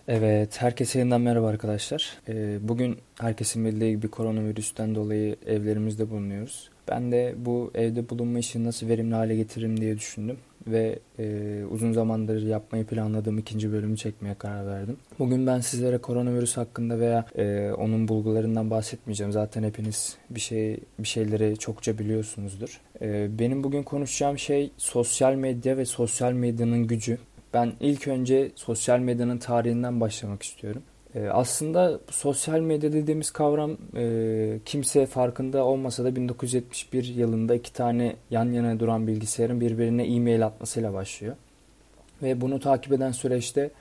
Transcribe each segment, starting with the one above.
Evet, herkese yeniden merhaba arkadaşlar. Bugün herkesin bildiği gibi koronavirüsten dolayı evlerimizde bulunuyoruz. Ben de bu evde bulunma işini nasıl verimli hale getiririm diye düşündüm ve uzun zamandır yapmayı planladığım ikinci bölümü çekmeye karar verdim. Bugün ben sizlere koronavirüs hakkında veya onun bulgularından bahsetmeyeceğim. Zaten hepiniz bir şeyleri çokça biliyorsunuzdur. Benim bugün konuşacağım şey sosyal medya ve sosyal medyanın gücü. Ben ilk önce sosyal medyanın tarihinden başlamak istiyorum. Aslında sosyal medya dediğimiz kavram kimse farkında olmasa da 1971 yılında iki tane yan yana duran bilgisayarın birbirine e-mail atmasıyla başlıyor. Ve bunu takip eden süreçte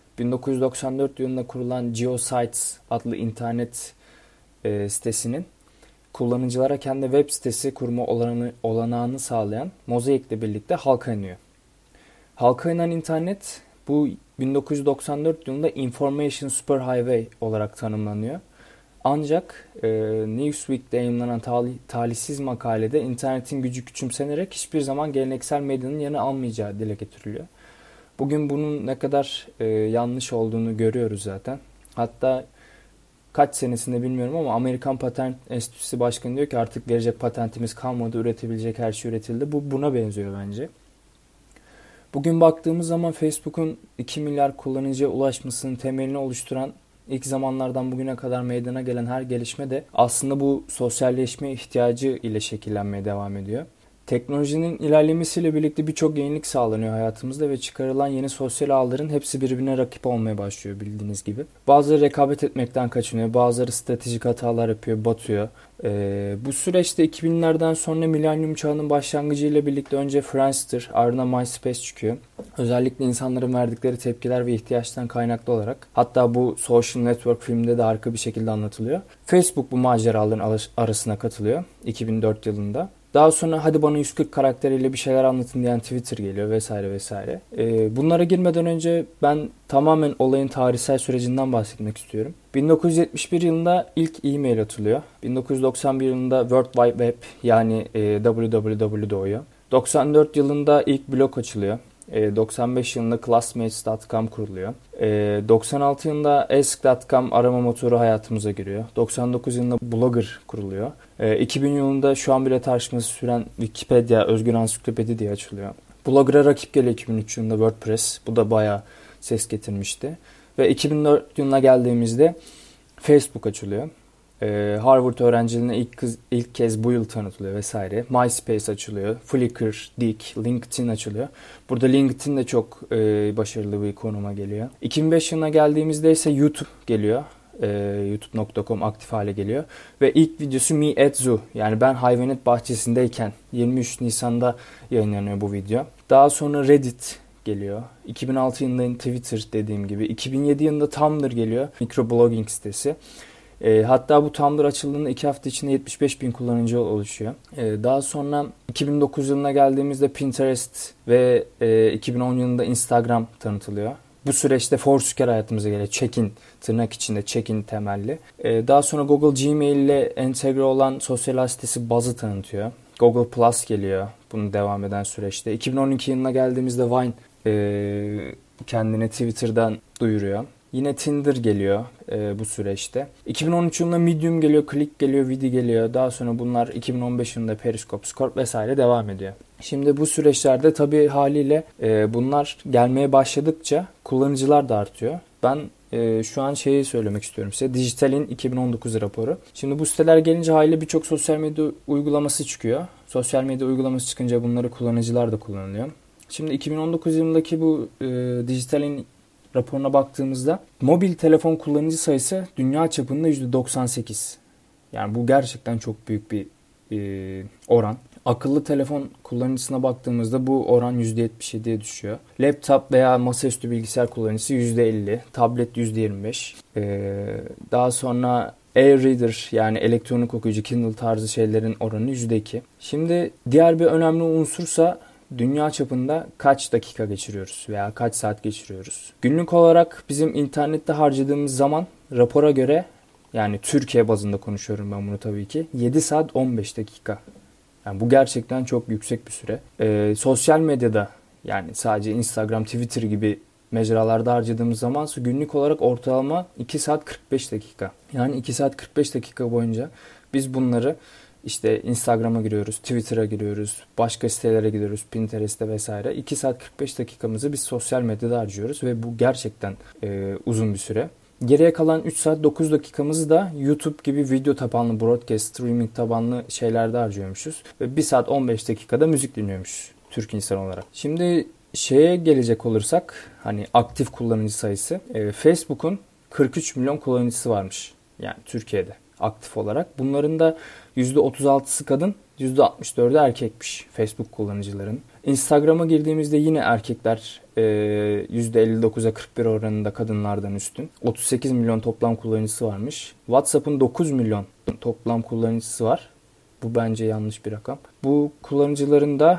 1994 yılında kurulan Geosites adlı internet sitesinin kullanıcılara kendi web sitesi kurma olanağını sağlayan Mosaic ile birlikte halka iniyor. Halka inen internet bu 1994 yılında Information Superhighway olarak tanımlanıyor. Ancak Newsweek'te yayınlanan talihsiz makalede internetin gücü küçümsenerek hiçbir zaman geleneksel medyanın yerini almayacağı dile getiriliyor. Bugün bunun ne kadar yanlış olduğunu görüyoruz zaten. Hatta kaç senesinde bilmiyorum ama Amerikan Patent Enstitüsü Başkanı diyor ki artık verecek patentimiz kalmadı, üretebilecek her şey üretildi. Bu buna benziyor bence. Bugün baktığımız zaman Facebook'un 2 milyar kullanıcıya ulaşmasının temelini oluşturan ilk zamanlardan bugüne kadar meydana gelen her gelişme de aslında bu sosyalleşme ihtiyacı ile şekillenmeye devam ediyor. Teknolojinin ilerlemesiyle birlikte birçok yenilik sağlanıyor hayatımızda ve çıkarılan yeni sosyal ağların hepsi birbirine rakip olmaya başlıyor bildiğiniz gibi. Bazıları rekabet etmekten kaçınıyor, bazıları stratejik hatalar yapıyor, batıyor. Bu süreçte 2000'lerden sonra milenyum çağının başlangıcıyla birlikte önce Friendster, ardından MySpace çıkıyor. Özellikle insanların verdikleri tepkiler ve ihtiyaçtan kaynaklı olarak. Hatta bu Social Network filmde de harika bir şekilde anlatılıyor. Facebook bu maceraların arasına katılıyor 2004 yılında. Daha sonra hadi bana 140 karakteriyle bir şeyler anlatın diyen Twitter geliyor vesaire vesaire. Bunlara girmeden önce ben tamamen olayın tarihsel sürecinden bahsetmek istiyorum. 1971 yılında ilk e-mail atılıyor. 1991 yılında World Wide Web yani www doğuyor. 94 yılında ilk blog açılıyor. 95 yılında Classmates.com kuruluyor. 96 yılında Ask.com arama motoru hayatımıza giriyor. 99 yılında Blogger kuruluyor. 2000 yılında şu an bile tartışması süren Wikipedia, Özgür Ansiklopedi diye açılıyor. Blogger'a rakip geliyor 2003 yılında WordPress. Bu da bayağı ses getirmişti. Ve 2004 yılına geldiğimizde Facebook açılıyor. Harvard öğrencilerine ilk kez bu yıl tanıtılıyor vesaire. MySpace açılıyor. Flickr, Digg, LinkedIn açılıyor. Burada LinkedIn de çok başarılı bir konuma geliyor. 2005 yılına geldiğimizde ise YouTube geliyor. YouTube.com aktif hale geliyor. Ve ilk videosu Me at Zoo. Yani ben hayvanat bahçesindeyken 23 Nisan'da yayınlanıyor bu video. Daha sonra Reddit geliyor. 2006 yılında Twitter dediğim gibi. 2007 yılında Tumblr geliyor. Microblogging sitesi. Hatta bu Tumblr açıldığında 2 hafta içinde 75 bin kullanıcı oluşuyor. Daha sonra 2009 yılına geldiğimizde Pinterest ve 2010 yılında Instagram tanıtılıyor. Bu süreçte Foursquare hayatımıza geliyor. Check-in, tırnak içinde check-in temelli. Daha sonra Google Gmail ile entegre olan sosyal ağ sitesi Buzz'ı tanıtıyor. Google Plus geliyor bunun devam eden süreçte. 2012 yılına geldiğimizde Vine kendini Twitter'dan duyuruyor. Yine Tinder geliyor bu süreçte. 2013 yılında Medium geliyor, Click geliyor, Vidi geliyor. Daha sonra bunlar 2015 yılında Periscope, Scorp vesaire devam ediyor. Şimdi bu süreçlerde tabii haliyle bunlar gelmeye başladıkça kullanıcılar da artıyor. Ben şu an şeyi söylemek istiyorum size. Dijital'in 2019 raporu. Şimdi bu siteler gelince haliyle birçok sosyal medya uygulaması çıkıyor. Sosyal medya uygulaması çıkınca bunları kullanıcılar da kullanılıyor. Şimdi 2019 yılındaki bu Dijital'in raporuna baktığımızda mobil telefon kullanıcı sayısı dünya çapında %98. Yani bu gerçekten çok büyük bir oran. Akıllı telefon kullanıcısına baktığımızda bu oran %77'ye düşüyor. Laptop veya masaüstü bilgisayar kullanıcısı %50, tablet %25. Daha sonra e-reader yani elektronik okuyucu Kindle tarzı şeylerin oranı %2. Şimdi diğer bir önemli unsursa dünya çapında kaç dakika geçiriyoruz veya kaç saat geçiriyoruz? Günlük olarak bizim internette harcadığımız zaman rapora göre, yani Türkiye bazında konuşuyorum ben bunu tabii ki, 7 saat 15 dakika. Yani bu gerçekten çok yüksek bir süre. Sosyal medyada, yani sadece Instagram, Twitter gibi mecralarda harcadığımız zaman günlük olarak ortalama 2 saat 45 dakika. Yani 2 saat 45 dakika boyunca biz bunları işte Instagram'a giriyoruz, Twitter'a giriyoruz, başka sitelere giriyoruz, Pinterest'te vesaire. 2 saat 45 dakikamızı biz sosyal medyada harcıyoruz ve bu gerçekten uzun bir süre. Geriye kalan 3 saat 9 dakikamızı da YouTube gibi video tabanlı, broadcast, streaming tabanlı şeylerde harcıyormuşuz. Ve 1 saat 15 dakikada müzik dinliyormuşuz Türk insan olarak. Şimdi şeye gelecek olursak, hani aktif kullanıcı sayısı. Facebook'un 43 milyon kullanıcısı varmış. Yani Türkiye'de aktif olarak. Bunların da %36'sı kadın, %64'ü erkekmiş Facebook kullanıcıların. Instagram'a girdiğimizde yine erkekler %59'a 41 oranında kadınlardan üstün. 38 milyon toplam kullanıcısı varmış. WhatsApp'ın 9 milyon toplam kullanıcısı var. Bu bence yanlış bir rakam. Bu kullanıcıların da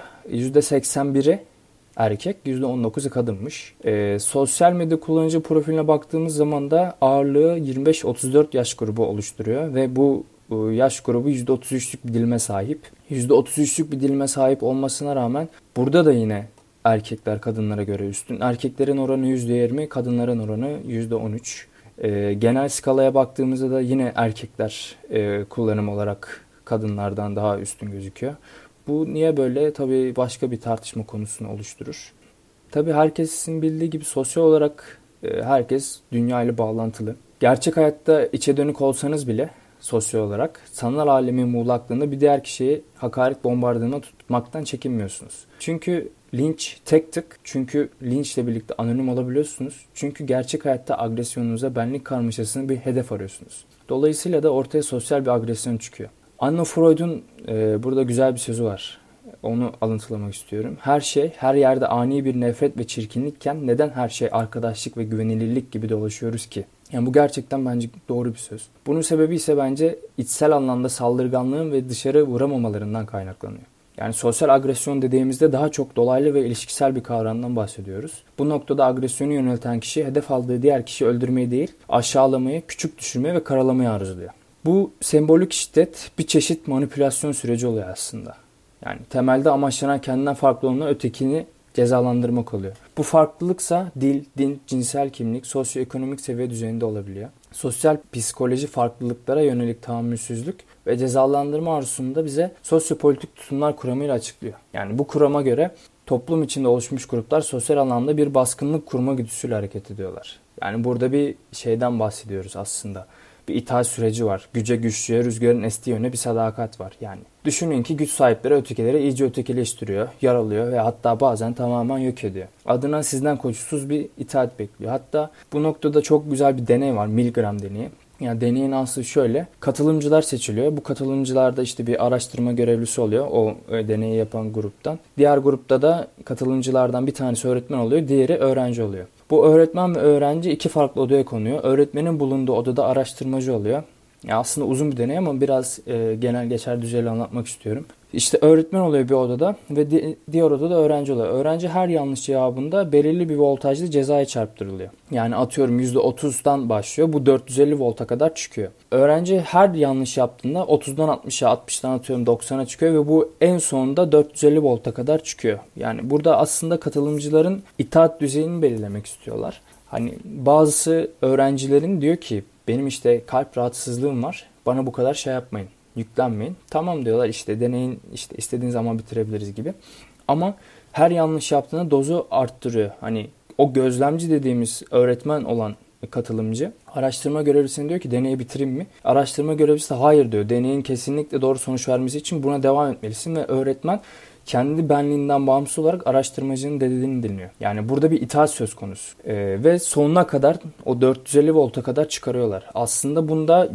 %81'i erkek, %19'u kadınmış. Sosyal medya kullanıcı profiline baktığımız zaman da ağırlığı 25-34 yaş grubu oluşturuyor ve bu yaş grubu %33'lük bir dilime sahip. %33'lük bir dilime sahip olmasına rağmen burada da yine erkekler kadınlara göre üstün. Erkeklerin oranı %20, kadınların oranı %13. Genel skalaya baktığımızda da yine erkekler kullanım olarak kadınlardan daha üstün gözüküyor. Bu niye böyle? Tabii başka bir tartışma konusunu oluşturur. Tabii herkesin bildiği gibi sosyal olarak herkes dünya ile bağlantılı. Gerçek hayatta içe dönük olsanız bile sosyal olarak sanal alemin muğlaklığında bir diğer kişiyi hakaret bombardımanına tutmaktan çekinmiyorsunuz. Çünkü linç tek tık, çünkü linçle birlikte anonim olabiliyorsunuz. Çünkü gerçek hayatta agresyonunuza benlik karmaşasını bir hedef arıyorsunuz. Dolayısıyla da ortaya sosyal bir agresyon çıkıyor. Anna Freud'un burada güzel bir sözü var. Onu alıntılamak istiyorum. Her şey, her yerde ani bir nefret ve çirkinlikken neden her şey arkadaşlık ve güvenilirlik gibi dolaşıyoruz ki? Yani bu gerçekten bence doğru bir söz. Bunun sebebi ise bence içsel anlamda saldırganlığın ve dışarı vuramamalarından kaynaklanıyor. Yani sosyal agresyon dediğimizde daha çok dolaylı ve ilişkisel bir kavramdan bahsediyoruz. Bu noktada agresyonu yönelten kişi hedef aldığı diğer kişiyi öldürmeyi değil, aşağılamayı, küçük düşürmeyi ve karalamayı arzuluyor. Bu sembolik şiddet bir çeşit manipülasyon süreci oluyor aslında. Yani temelde amaçlanan kendinden farklı olanla ötekini cezalandırmak oluyor. Bu farklılıksa dil, din, cinsel kimlik, sosyoekonomik seviye düzeyinde olabiliyor. Sosyal psikoloji farklılıklara yönelik tahammülsüzlük ve cezalandırma arzusunda bize sosyopolitik tutumlar kuramıyla açıklıyor. Yani bu kurama göre toplum içinde oluşmuş gruplar sosyal anlamda bir baskınlık kurma güdüsüyle hareket ediyorlar. Yani burada bir şeyden bahsediyoruz aslında. Bir itaat süreci var. Güce güçlüye, rüzgarın estiği yöne bir sadakat var. Yani düşünün ki güç sahipleri ötekileri iyice ötekileştiriyor, yaralıyor ve hatta bazen tamamen yok ediyor. Adına sizden koşulsuz bir itaat bekliyor. Hatta bu noktada çok güzel bir deney var. Milgram deneyi. Yani deneyin aslı şöyle. Katılımcılar seçiliyor. Bu katılımcılarda işte bir araştırma görevlisi oluyor o deneyi yapan gruptan. Diğer grupta da katılımcılardan bir tanesi öğretmen oluyor, diğeri öğrenci oluyor. Bu öğretmen ve öğrenci iki farklı odaya konuyor. Öğretmenin bulunduğu odada araştırmacı oluyor. Ya aslında uzun bir deney ama biraz genel geçer düzeyli anlatmak istiyorum. İşte öğretmen oluyor bir odada ve diğer odada öğrenci oluyor. Öğrenci her yanlış cevabında belirli bir voltajlı cezaya çarptırılıyor. Yani atıyorum %30'dan başlıyor. Bu 450 volta kadar çıkıyor. Öğrenci her yanlış yaptığında 30'dan 60'a, 60'dan atıyorum 90'a çıkıyor ve bu en sonunda 450 volta kadar çıkıyor. Yani burada aslında katılımcıların itaat düzeyini belirlemek istiyorlar. Hani bazısı öğrencilerin diyor ki benim işte kalp rahatsızlığım var. Bana bu kadar şey yapmayın. Yüklenmeyin. Tamam diyorlar işte deneyin işte istediğin zaman bitirebiliriz gibi. Ama her yanlış yaptığında dozu arttırıyor. Hani o gözlemci dediğimiz öğretmen olan katılımcı araştırma görevlisine diyor ki deneyi bitireyim mi? Araştırma görevlisi de hayır diyor. Deneyin kesinlikle doğru sonuç vermesi için buna devam etmelisin ve öğretmen kendi benliğinden bağımsız olarak araştırmacının dediğini dinliyor. Yani burada bir itaat söz konusu. Ve sonuna kadar o 450 volta kadar çıkarıyorlar. Aslında bunda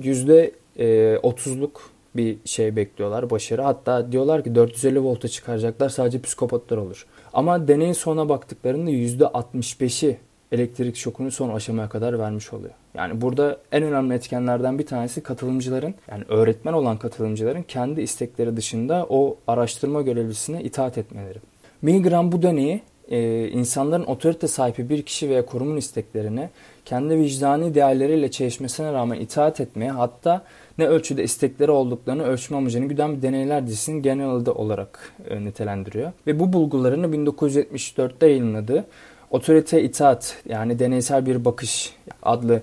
%30'luk bir şey bekliyorlar, başarı. Hatta diyorlar ki 450 volta çıkaracaklar, sadece psikopatlar olur. Ama deneyin sonuna baktıklarında %65'i elektrik şokunu son aşamaya kadar vermiş oluyor. Yani burada en önemli etkenlerden bir tanesi katılımcıların, yani öğretmen olan katılımcıların kendi istekleri dışında o araştırma görevlisine itaat etmeleri. Milgram bu deneyi insanların otorite sahibi bir kişi veya kurumun isteklerine kendi vicdani değerleriyle çelişmesine rağmen itaat etmeye, hatta ne ölçüde istekleri olduklarını ölçme amacını güden bir deneyler dizisinin genel adı olarak nitelendiriyor. Ve bu bulgularını 1974'te yayınladığı Otorite itaat yani deneysel bir bakış adlı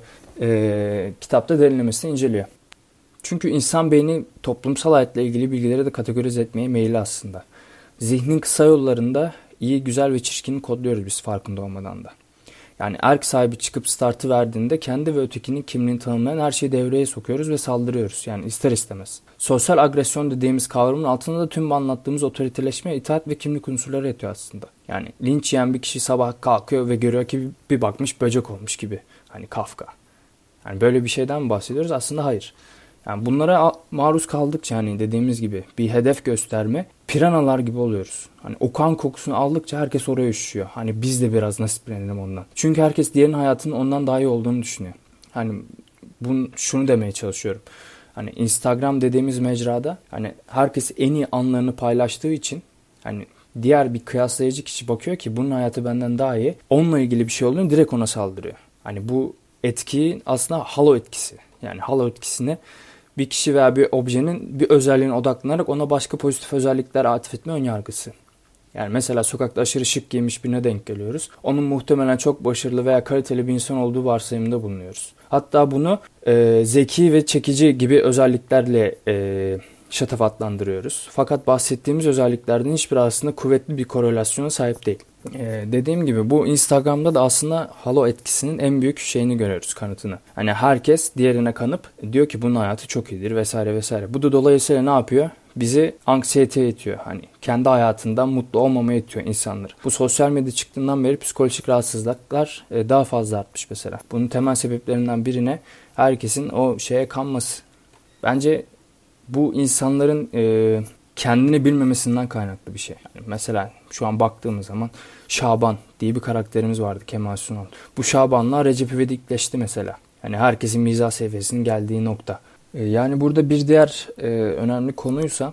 kitapta derinlemesine inceliyor. Çünkü insan beyni toplumsal hayatla ilgili bilgileri de kategorize etmeye meyilli aslında. Zihnin kısa yollarında iyi, güzel ve çirkini kodluyoruz biz farkında olmadan da. Yani erk sahibi çıkıp startı verdiğinde kendi ve ötekinin kimliğini tanımlayan her şeyi devreye sokuyoruz ve saldırıyoruz. Yani ister istemez. Sosyal agresyon dediğimiz kavramın altında da tüm bu anlattığımız otoriteleşme, itaat ve kimlik unsurları yatıyor aslında. Yani linç yiyen bir kişi sabah kalkıyor ve görüyor ki bir bakmış böcek olmuş gibi. Hani Kafka. Yani böyle bir şeyden mi bahsediyoruz? Aslında hayır. Yani bunlara maruz kaldıkça hani dediğimiz gibi bir hedef gösterme, piranalar gibi oluyoruz. Hani o kan kokusunu aldıkça herkes oraya üşüyor. Hani biz de biraz nasiplenelim ondan. Çünkü herkes diğerinin hayatının ondan daha iyi olduğunu düşünüyor. Hani şunu demeye çalışıyorum. Hani Instagram dediğimiz mecrada hani herkes en iyi anlarını paylaştığı için hani diğer bir kıyaslayıcı kişi bakıyor ki bunun hayatı benden daha iyi. Onunla ilgili bir şey olduğunu direkt ona saldırıyor. Hani bu etki aslında halo etkisi. Yani halo etkisini bir kişi veya bir objenin bir özelliğine odaklanarak ona başka pozitif özellikler atfetme önyargısı. Yani mesela sokakta aşırı şık giymiş birine denk geliyoruz. Onun muhtemelen çok başarılı veya kaliteli bir insan olduğu varsayımında bulunuyoruz. Hatta bunu zeki ve çekici gibi özelliklerle şatafatlandırıyoruz. Fakat bahsettiğimiz özelliklerden hiçbiri aslında kuvvetli bir korelasyona sahip değil. Dediğim gibi bu Instagram'da da aslında halo etkisinin en büyük şeyini görüyoruz, kanıtını. Hani herkes diğerine kanıp diyor ki bunun hayatı çok iyidir vesaire vesaire. Bu da dolayısıyla ne yapıyor? Bizi anksiyeteye itiyor. Hani kendi hayatından mutlu olmamaya itiyor insanları. Bu sosyal medya çıktığından beri psikolojik rahatsızlıklar daha fazla artmış mesela. Bunun temel sebeplerinden birine herkesin o şeye kanması. Bence bu insanların kendini bilmemesinden kaynaklı bir şey. Yani mesela şu an baktığımız zaman Şaban diye bir karakterimiz vardı, Kemal Sunal. Bu Şaban'la Recep İvedikleşti mesela. Yani herkesin mizah seviyesinin geldiği nokta. Yani burada bir diğer önemli konuysa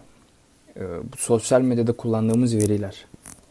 bu sosyal medyada kullandığımız veriler.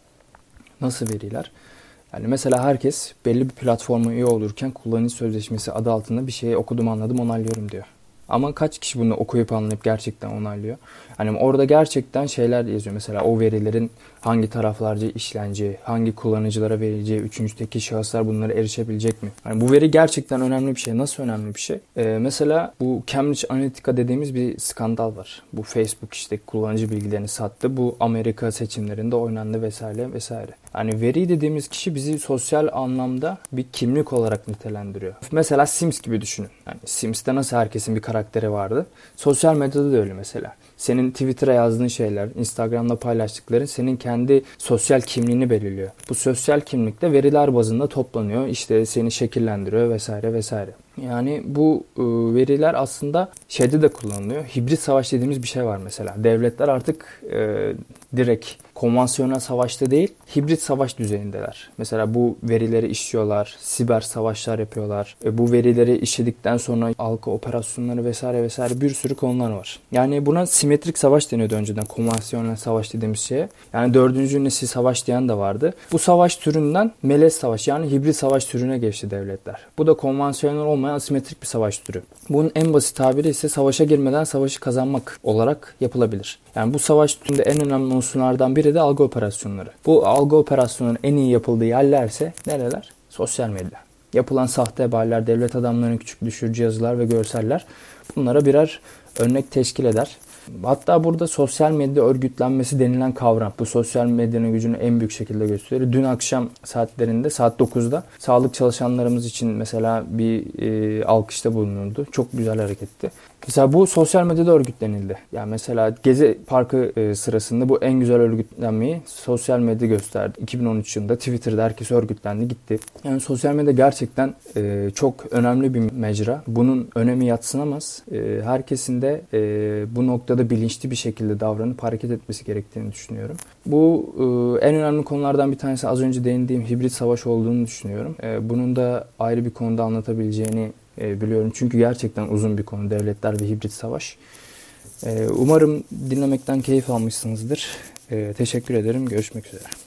Nasıl veriler? Yani mesela herkes belli bir platforma üye olurken kullanıcı sözleşmesi adı altında bir şeyi okudum anladım onaylıyorum diyor. Ama kaç kişi bunu okuyup anlayıp gerçekten onaylıyor? Hani orada gerçekten şeyler yazıyor. Mesela o verilerin hangi taraflarca işleneceği, hangi kullanıcılara verileceği, üçüncüdeki şahıslar bunlara erişebilecek mi? Yani bu veri gerçekten önemli bir şey. Nasıl önemli bir şey? Mesela bu Cambridge Analytica dediğimiz bir skandal var. Bu Facebook işte kullanıcı bilgilerini sattı. Bu Amerika seçimlerinde oynandı vesaire vesaire. Hani veri dediğimiz kişi bizi sosyal anlamda bir kimlik olarak nitelendiriyor. Mesela Sims gibi düşünün. Yani Sims'te nasıl herkesin bir karakteri vardı. Sosyal medyada da öyle mesela. Senin Twitter'a yazdığın şeyler, Instagram'da paylaştıkların senin kendi sosyal kimliğini belirliyor. Bu sosyal kimlik de veriler bazında toplanıyor. İşte seni şekillendiriyor vesaire vesaire. Yani bu veriler aslında şeyde de kullanılıyor. Hibrit savaş dediğimiz bir şey var mesela. Devletler artık direkt konvansiyonel savaşta değil, hibrit savaş düzeyindeler. Mesela bu verileri işliyorlar, siber savaşlar yapıyorlar. Bu verileri işledikten sonra halka operasyonları vesaire vesaire bir sürü konular var. Yani buna simetrik savaş deniyordu önceden, konvansiyonel savaş dediğimiz şeye. Yani 4. nesil savaş diyen de vardı. Bu savaş türünden melez savaş yani hibrit savaş türüne geçti devletler. Bu da konvansiyonel olmayan asimetrik bir savaş türü. Bunun en basit tabiri ise savaşa girmeden savaşı kazanmak olarak yapılabilir. Yani bu savaş türünde en önemli unsurlardan biri de algı operasyonları. Bu algı operasyonunun en iyi yapıldığı yerlerse nereler? Sosyal medya. Yapılan sahte haberler, devlet adamlarının küçük düşürücü yazılar ve görseller bunlara birer örnek teşkil eder. Hatta burada sosyal medya örgütlenmesi denilen kavram bu sosyal medyanın gücünü en büyük şekilde gösteriyor. Dün akşam saatlerinde saat 9'da sağlık çalışanlarımız için mesela bir alkışta bulunuldu. Çok güzel hareketti. Mesela bu sosyal medyada örgütlenildi. Yani mesela Gezi Parkı sırasında bu en güzel örgütlenmeyi sosyal medya gösterdi. 2013 yılında Twitter'da herkes örgütlendi gitti. Yani sosyal medya gerçekten çok önemli bir mecra. Bunun önemi yadsınamaz. Herkesin de bu noktada bilinçli bir şekilde davranıp hareket etmesi gerektiğini düşünüyorum. Bu en önemli konulardan bir tanesi az önce değindiğim hibrit savaş olduğunu düşünüyorum. Bunun da ayrı bir konuda anlatabileceğini biliyorum. Çünkü gerçekten uzun bir konu devletler ve hibrit savaş. Umarım dinlemekten keyif almışsınızdır. Teşekkür ederim. Görüşmek üzere.